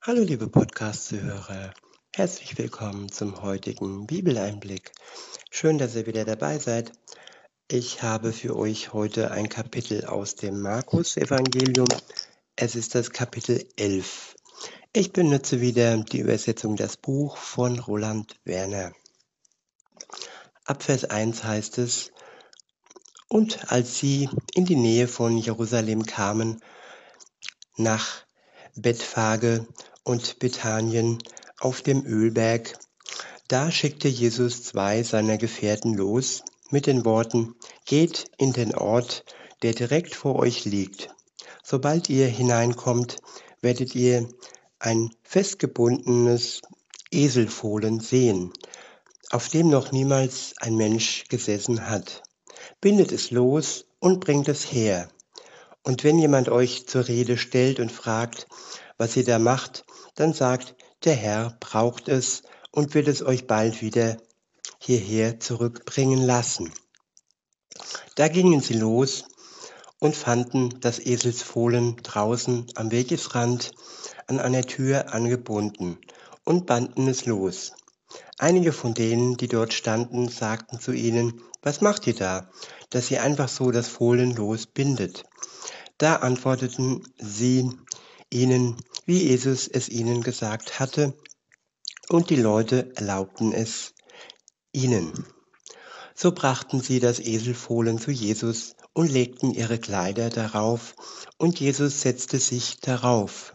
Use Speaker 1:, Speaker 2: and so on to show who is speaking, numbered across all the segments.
Speaker 1: Hallo liebe Podcast-Zuhörer, herzlich willkommen zum heutigen Bibeleinblick. Schön, dass ihr wieder dabei seid. Ich habe für euch heute ein Kapitel aus dem Markus-Evangelium. Es ist das Kapitel 11. Ich benutze wieder die Übersetzung Das Buch von Roland Werner. Ab Vers 1 heißt es: Und als sie in die Nähe von Jerusalem kamen, nach Bethphage und Bethanien auf dem Ölberg, da schickte Jesus 2 seiner Gefährten los mit den Worten: Geht in den Ort, der direkt vor euch liegt. Sobald ihr hineinkommt, werdet ihr ein festgebundenes Eselfohlen sehen, auf dem noch niemals ein Mensch gesessen hat. Bindet es los und bringt es her. Und wenn jemand euch zur Rede stellt und fragt, was ihr da macht, dann sagt: Der Herr braucht es und wird es euch bald wieder hierher zurückbringen lassen. Da gingen sie los und fanden das Eselsfohlen draußen am Wegesrand an einer Tür angebunden und banden es los. Einige von denen, die dort standen, sagten zu ihnen: Was macht ihr da, dass ihr einfach so das Fohlen losbindet? Da antworteten sie ihnen, wie Jesus es ihnen gesagt hatte, und die Leute erlaubten es ihnen. So brachten sie das Eselfohlen zu Jesus und legten ihre Kleider darauf, und Jesus setzte sich darauf.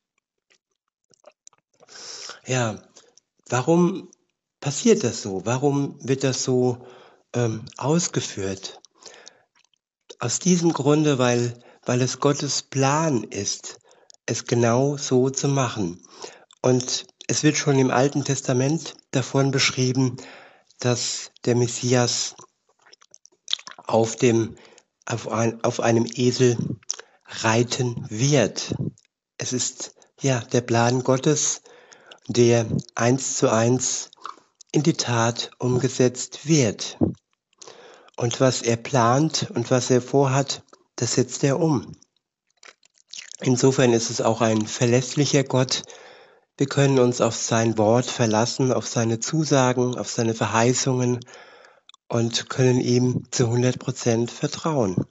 Speaker 1: Ja, warum passiert das so? Warum wird das so ausgeführt? Aus diesem Grunde, weil es Gottes Plan ist, es genau so zu machen. Und es wird schon im Alten Testament davon beschrieben, dass der Messias auf einem Esel reiten wird. Es ist ja der Plan Gottes, der 1:1 in die Tat umgesetzt wird. Und was er plant und was er vorhat, das setzt er um. Insofern ist es auch ein verlässlicher Gott. Wir können uns auf sein Wort verlassen, auf seine Zusagen, auf seine Verheißungen und können ihm zu 100% vertrauen.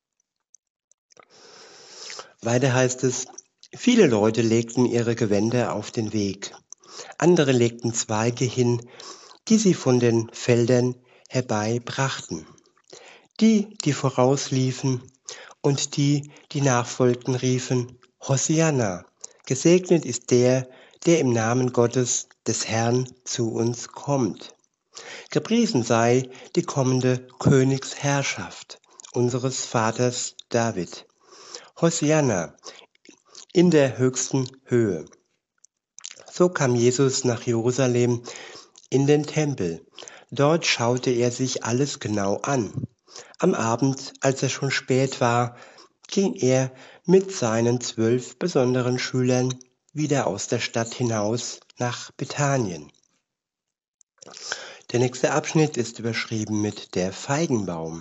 Speaker 1: Weiter heißt es: Viele Leute legten ihre Gewänder auf den Weg. Andere legten Zweige hin, die sie von den Feldern herbeibrachten. Die vorausliefen und die nachfolgten, riefen: Hosianna, gesegnet ist der, der im Namen Gottes des Herrn zu uns kommt. Gepriesen sei die kommende Königsherrschaft unseres Vaters David. Hosianna in der höchsten Höhe. So kam Jesus nach Jerusalem in den Tempel. Dort schaute er sich alles genau an. Am Abend, als es schon spät war, ging er mit seinen 12 besonderen Schülern wieder aus der Stadt hinaus nach Bethanien. Der nächste Abschnitt ist überschrieben mit der Feigenbaum.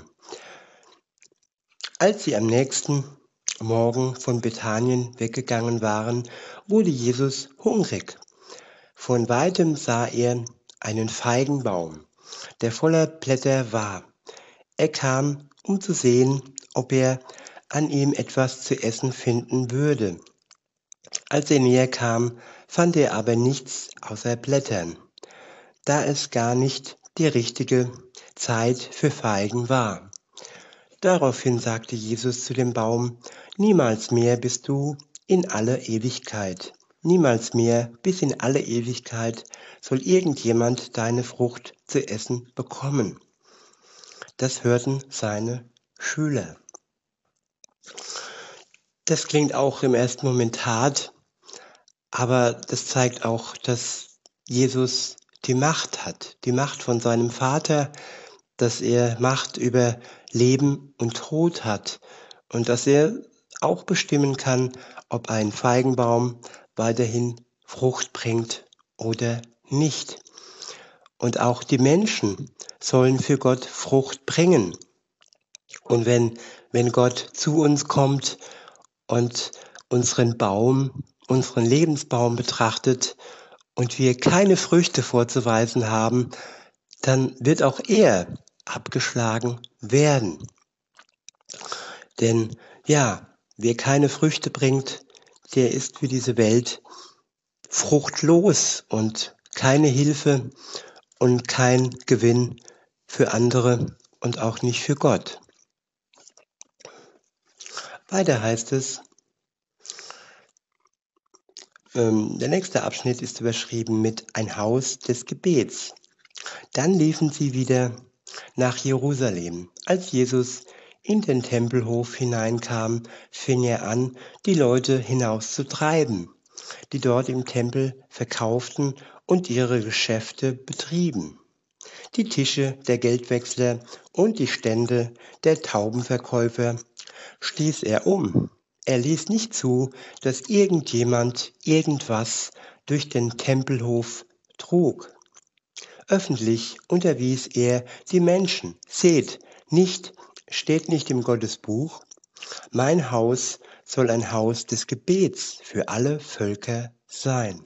Speaker 1: Als sie am nächsten Morgen von Bethanien weggegangen waren, wurde Jesus hungrig. Von weitem sah er einen Feigenbaum, der voller Blätter war. Er kam, um zu sehen, ob er an ihm etwas zu essen finden würde. Als er näher kam, fand er aber nichts außer Blättern, da es gar nicht die richtige Zeit für Feigen war. Daraufhin sagte Jesus zu dem Baum: Niemals mehr bist du in alle Ewigkeit. Niemals mehr bis in alle Ewigkeit soll irgendjemand deine Frucht zu essen bekommen. Das hörten seine Schüler. Das klingt auch im ersten Moment hart, aber das zeigt auch, dass Jesus die Macht hat, die Macht von seinem Vater, dass er Macht über Leben und Tod hat und dass er auch bestimmen kann, ob ein Feigenbaum weiterhin Frucht bringt oder nicht. Und auch die Menschen sollen für Gott Frucht bringen. Und wenn Gott zu uns kommt und unseren Baum unseren Lebensbaum betrachtet und wir keine Früchte vorzuweisen haben, dann wird auch er abgeschlagen werden. Denn ja, wer keine Früchte bringt, der ist für diese Welt fruchtlos und keine Hilfe und kein Gewinn für andere und auch nicht für Gott. Weiter heißt es, der nächste Abschnitt ist überschrieben mit ein Haus des Gebets. Dann liefen sie wieder nach Jerusalem. Als Jesus in den Tempelhof hineinkam, fing er an, die Leute hinauszutreiben, die dort im Tempel verkauften und ihre Geschäfte betrieben. Die Tische der Geldwechsler und die Stände der Taubenverkäufer stieß er um. Er ließ nicht zu, dass irgendjemand irgendwas durch den Tempelhof trug. Öffentlich unterwies er die Menschen. Seht, steht nicht im Gottesbuch, mein Haus soll ein Haus des Gebets für alle Völker sein.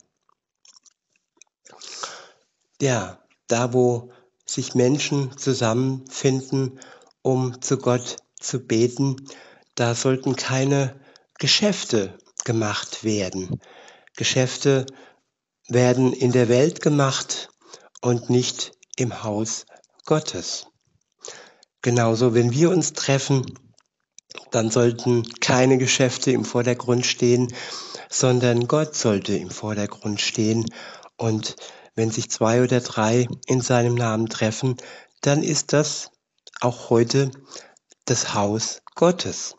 Speaker 1: Ja, da wo sich Menschen zusammenfinden, um zu Gott zu beten, da sollten keine Geschäfte gemacht werden. Geschäfte werden in der Welt gemacht und nicht im Haus Gottes. Genauso, wenn wir uns treffen, dann sollten keine Geschäfte im Vordergrund stehen, sondern Gott sollte im Vordergrund stehen. Und wenn sich 2 oder 3 in seinem Namen treffen, dann ist das auch heute das Haus Gottes,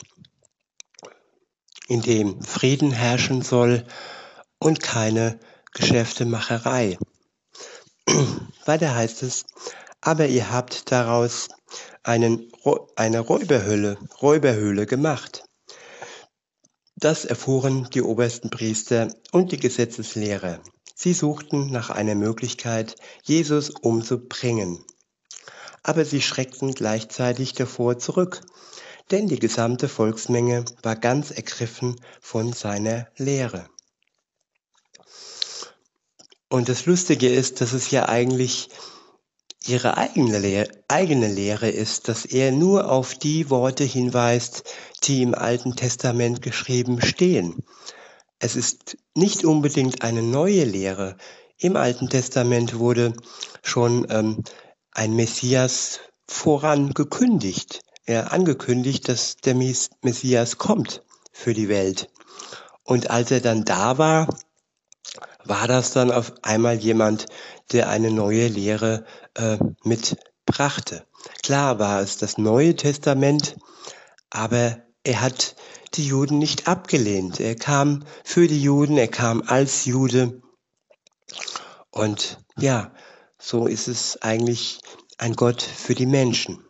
Speaker 1: in dem Frieden herrschen soll und keine Geschäftemacherei. Weiter heißt es, aber ihr habt daraus eine Räuberhöhle gemacht. Das erfuhren die obersten Priester und die Gesetzeslehrer. Sie suchten nach einer Möglichkeit, Jesus umzubringen. Aber sie schreckten gleichzeitig davor zurück, denn die gesamte Volksmenge war ganz ergriffen von seiner Lehre. Und das Lustige ist, dass es ja eigentlich ihre eigene Lehre ist, dass er nur auf die Worte hinweist, die im Alten Testament geschrieben stehen. Es ist nicht unbedingt eine neue Lehre. Im Alten Testament wurde schon ein Messias vorangekündigt. Angekündigt, dass der Messias kommt für die Welt. Und als er dann da war, war das dann auf einmal jemand, der eine neue Lehre mitbrachte. Klar war es das Neue Testament, aber er hat die Juden nicht abgelehnt. Er kam für die Juden, er kam als Jude. Und ja, so ist es eigentlich ein Gott für die Menschen.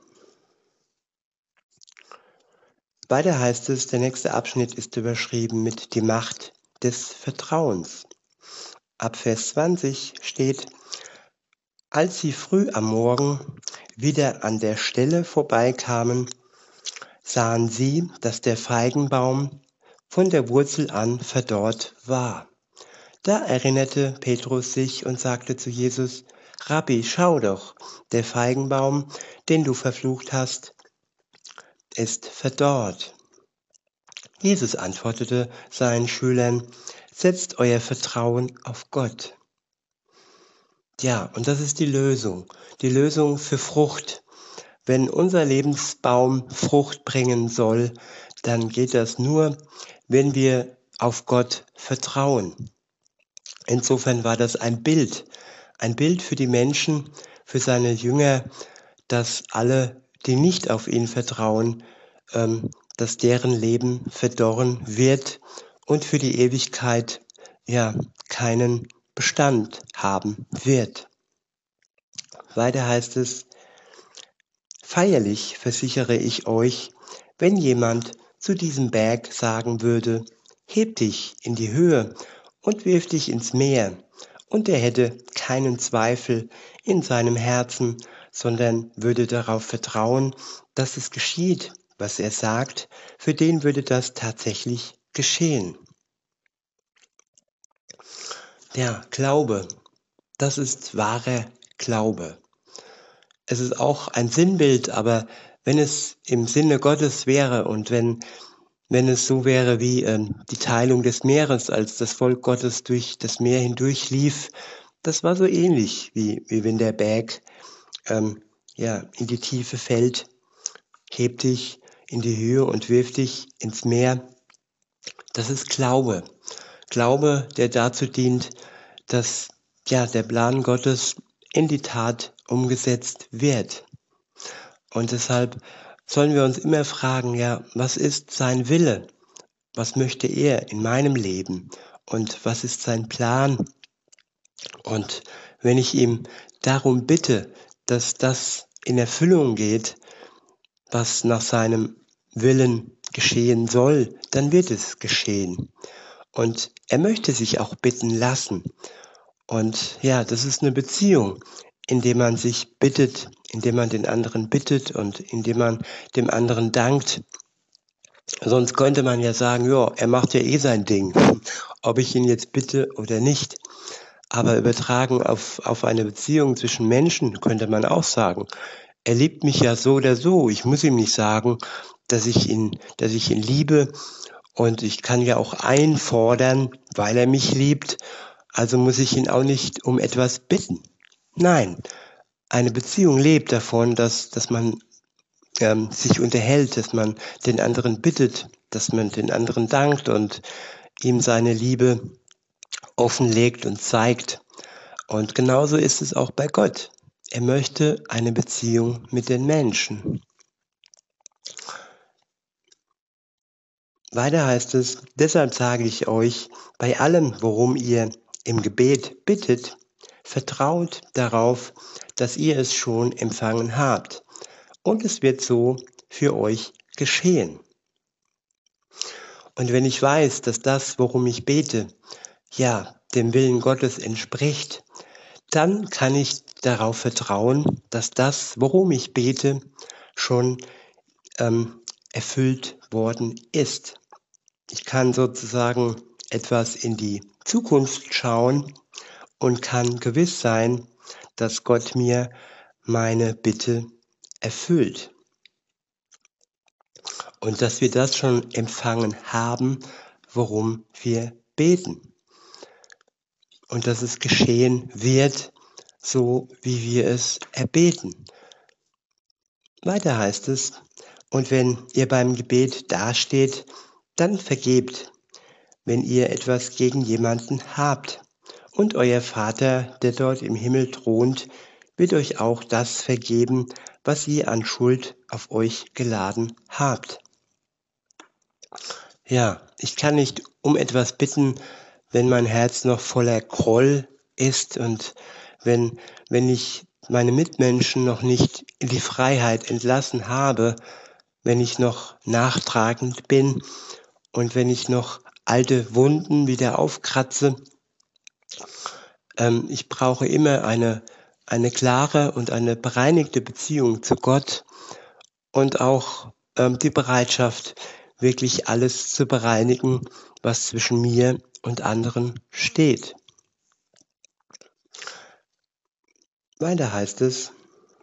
Speaker 1: Weiter heißt es, der nächste Abschnitt ist überschrieben mit die Macht des Vertrauens. Ab Vers 20 steht, als sie früh am Morgen wieder an der Stelle vorbeikamen, sahen sie, dass der Feigenbaum von der Wurzel an verdorrt war. Da erinnerte Petrus sich und sagte zu Jesus, Rabbi, schau doch, der Feigenbaum, den du verflucht hast, ist verdorrt. Jesus antwortete seinen Schülern, setzt euer Vertrauen auf Gott. Ja, und das ist die Lösung für Frucht. Wenn unser Lebensbaum Frucht bringen soll, dann geht das nur, wenn wir auf Gott vertrauen. Insofern war das ein Bild für die Menschen, für seine Jünger, dass alle, die nicht auf ihn vertrauen, dass deren Leben verdorren wird und für die Ewigkeit keinen Bestand haben wird. Weiter heißt es, feierlich versichere ich euch, wenn jemand zu diesem Berg sagen würde, heb dich in die Höhe und wirf dich ins Meer, und er hätte keinen Zweifel in seinem Herzen, sondern würde darauf vertrauen, dass es geschieht, was er sagt, für den würde das tatsächlich geschehen. Ja, Glaube, das ist wahrer Glaube. Es ist auch ein Sinnbild, aber wenn es im Sinne Gottes wäre und wenn es so wäre wie die Teilung des Meeres, als das Volk Gottes durch das Meer hindurch lief, das war so ähnlich, wie wenn der Berg ja, in die Tiefe fällt, hebt dich in die Höhe und wirft dich ins Meer. Das ist Glaube. Glaube, der dazu dient, dass ja, der Plan Gottes in die Tat umgesetzt wird. Und deshalb sollen wir uns immer fragen, ja, was ist sein Wille? Was möchte er in meinem Leben? Und was ist sein Plan? Und wenn ich ihm darum bitte, dass das in Erfüllung geht, was nach seinem Willen geschehen soll, dann wird es geschehen. Und er möchte sich auch bitten lassen. Und ja, das ist eine Beziehung, indem man sich bittet, indem man den anderen bittet und indem man dem anderen dankt. Sonst könnte man ja sagen, ja, er macht ja eh sein Ding, ob ich ihn jetzt bitte oder nicht. Aber übertragen auf eine Beziehung zwischen Menschen könnte man auch sagen, er liebt mich ja so oder so. Ich muss ihm nicht sagen, dass ich ihn liebe. Und ich kann ja auch einfordern, weil er mich liebt. Also muss ich ihn auch nicht um etwas bitten. Nein, eine Beziehung lebt davon, dass man sich unterhält, dass man den anderen bittet, dass man den anderen dankt und ihm seine Liebe offenlegt und zeigt. Und genauso ist es auch bei Gott. Er möchte eine Beziehung mit den Menschen. Weiter heißt es, deshalb sage ich euch, bei allem, worum ihr im Gebet bittet, vertraut darauf, dass ihr es schon empfangen habt. Und es wird so für euch geschehen. Und wenn ich weiß, dass das, worum ich bete, ja, dem Willen Gottes entspricht, dann kann ich darauf vertrauen, dass das, worum ich bete, schon erfüllt worden ist. Ich kann sozusagen etwas in die Zukunft schauen und kann gewiss sein, dass Gott mir meine Bitte erfüllt. Und dass wir das schon empfangen haben, worum wir beten. Und dass es geschehen wird, so wie wir es erbeten. Weiter heißt es, und wenn ihr beim Gebet dasteht, dann vergebt, wenn ihr etwas gegen jemanden habt. Und euer Vater, der dort im Himmel thront, wird euch auch das vergeben, was ihr an Schuld auf euch geladen habt. Ja, ich kann nicht um etwas bitten, wenn mein Herz noch voller Groll ist und wenn ich meine Mitmenschen noch nicht in die Freiheit entlassen habe, wenn ich noch nachtragend bin und wenn ich noch alte Wunden wieder aufkratze. Ich brauche immer eine klare und eine bereinigte Beziehung zu Gott und auch die Bereitschaft, wirklich alles zu bereinigen, was zwischen mir und anderen steht. Weiter heißt es,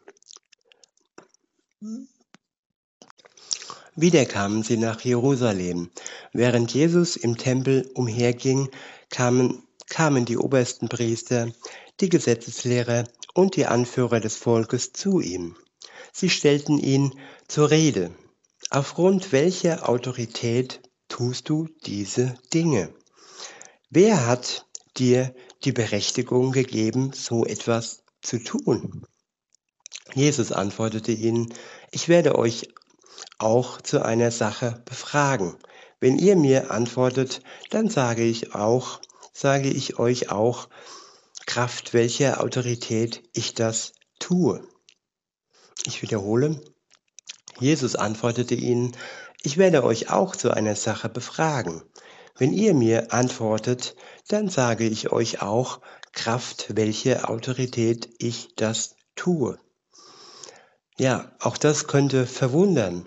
Speaker 1: wieder kamen sie nach Jerusalem. Während Jesus im Tempel umherging, kamen die obersten Priester, die Gesetzeslehrer und die Anführer des Volkes zu ihm. Sie stellten ihn zur Rede. Aufgrund welcher Autorität tust du diese Dinge? Wer hat dir die Berechtigung gegeben, so etwas zu tun? Jesus antwortete ihnen, ich werde euch auch zu einer Sache befragen. Wenn ihr mir antwortet, dann sage ich euch auch, Kraft welcher Autorität ich das tue. Ich wiederhole, Jesus antwortete ihnen, ich werde euch auch zu einer Sache befragen. Wenn ihr mir antwortet, dann sage ich euch auch, Kraft welcher Autorität ich das tue. Ja, auch das könnte verwundern.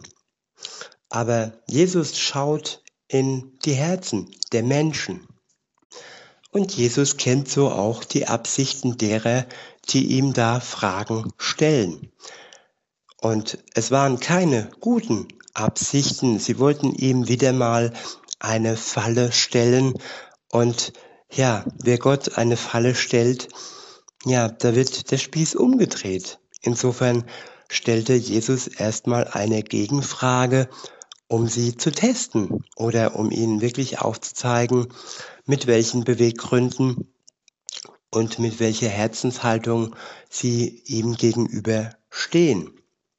Speaker 1: Aber Jesus schaut in die Herzen der Menschen. Und Jesus kennt so auch die Absichten derer, die ihm da Fragen stellen. Und es waren keine guten Absichten. Sie wollten ihm wieder mal eine Falle stellen. Und ja, wer Gott eine Falle stellt, ja, da wird der Spieß umgedreht. Insofern stellte Jesus erstmal eine Gegenfrage, um sie zu testen oder um ihnen wirklich aufzuzeigen, mit welchen Beweggründen und mit welcher Herzenshaltung sie ihm gegenüber stehen.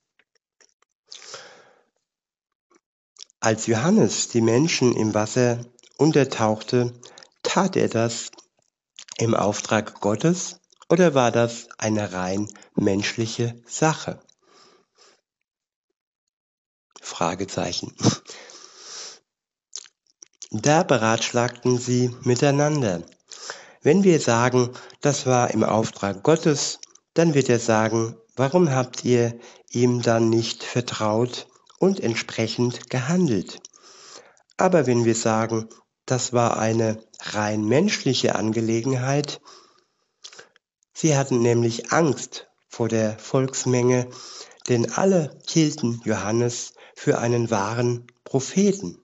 Speaker 1: Als Johannes die Menschen im Wasser untertauchte, tat er das im Auftrag Gottes oder war das eine rein menschliche Sache? Fragezeichen. Da beratschlagten sie miteinander. Wenn wir sagen, das war im Auftrag Gottes, dann wird er sagen, warum habt ihr ihm dann nicht vertraut und entsprechend gehandelt? Aber wenn wir sagen, das war eine rein menschliche Angelegenheit, sie hatten nämlich Angst vor der Volksmenge, denn alle hielten Johannes für einen wahren Propheten.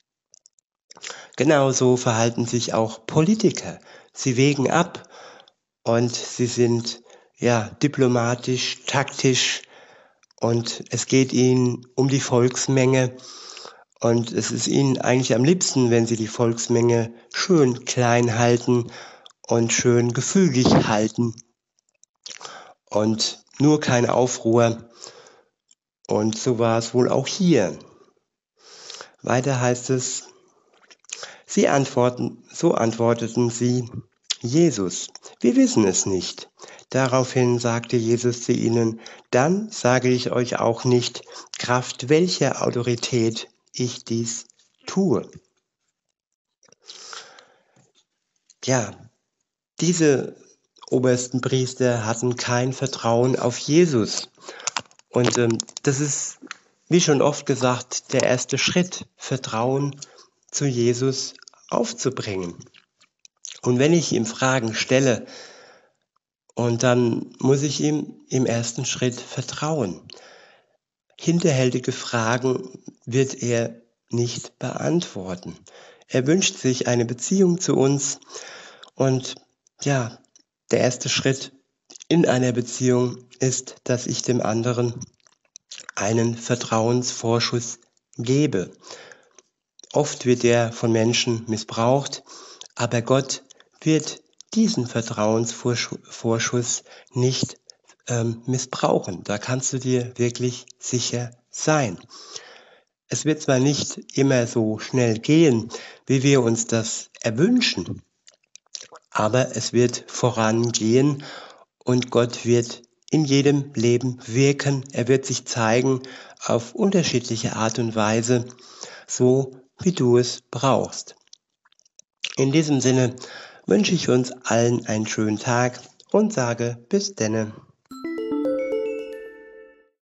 Speaker 1: Genauso verhalten sich auch Politiker. Sie wägen ab und sie sind diplomatisch, taktisch und es geht ihnen um die Volksmenge und es ist ihnen eigentlich am liebsten, wenn sie die Volksmenge schön klein halten und schön gefügig halten und nur kein Aufruhr. Und so war es wohl auch hier. Weiter heißt es, so antworteten sie, Jesus, wir wissen es nicht. Daraufhin sagte Jesus zu ihnen, dann sage ich euch auch nicht, Kraft welcher Autorität ich dies tue. Ja, diese obersten Priester hatten kein Vertrauen auf Jesus. Und das ist, wie schon oft gesagt, der erste Schritt, Vertrauen zu Jesus aufzubringen. Und wenn ich ihm Fragen stelle, und dann muss ich ihm im ersten Schritt vertrauen. Hinterhältige Fragen wird er nicht beantworten. Er wünscht sich eine Beziehung zu uns und ja, der erste Schritt in einer Beziehung ist, dass ich dem anderen einen Vertrauensvorschuss gebe. Oft wird er von Menschen missbraucht, aber Gott wird diesen Vertrauensvorschuss nicht missbrauchen. Da kannst du dir wirklich sicher sein. Es wird zwar nicht immer so schnell gehen, wie wir uns das erwünschen, aber es wird vorangehen und Gott wird in jedem Leben wirken. Er wird sich zeigen auf unterschiedliche Art und Weise, so wie du es brauchst. In diesem Sinne wünsche ich uns allen einen schönen Tag und sage bis denne.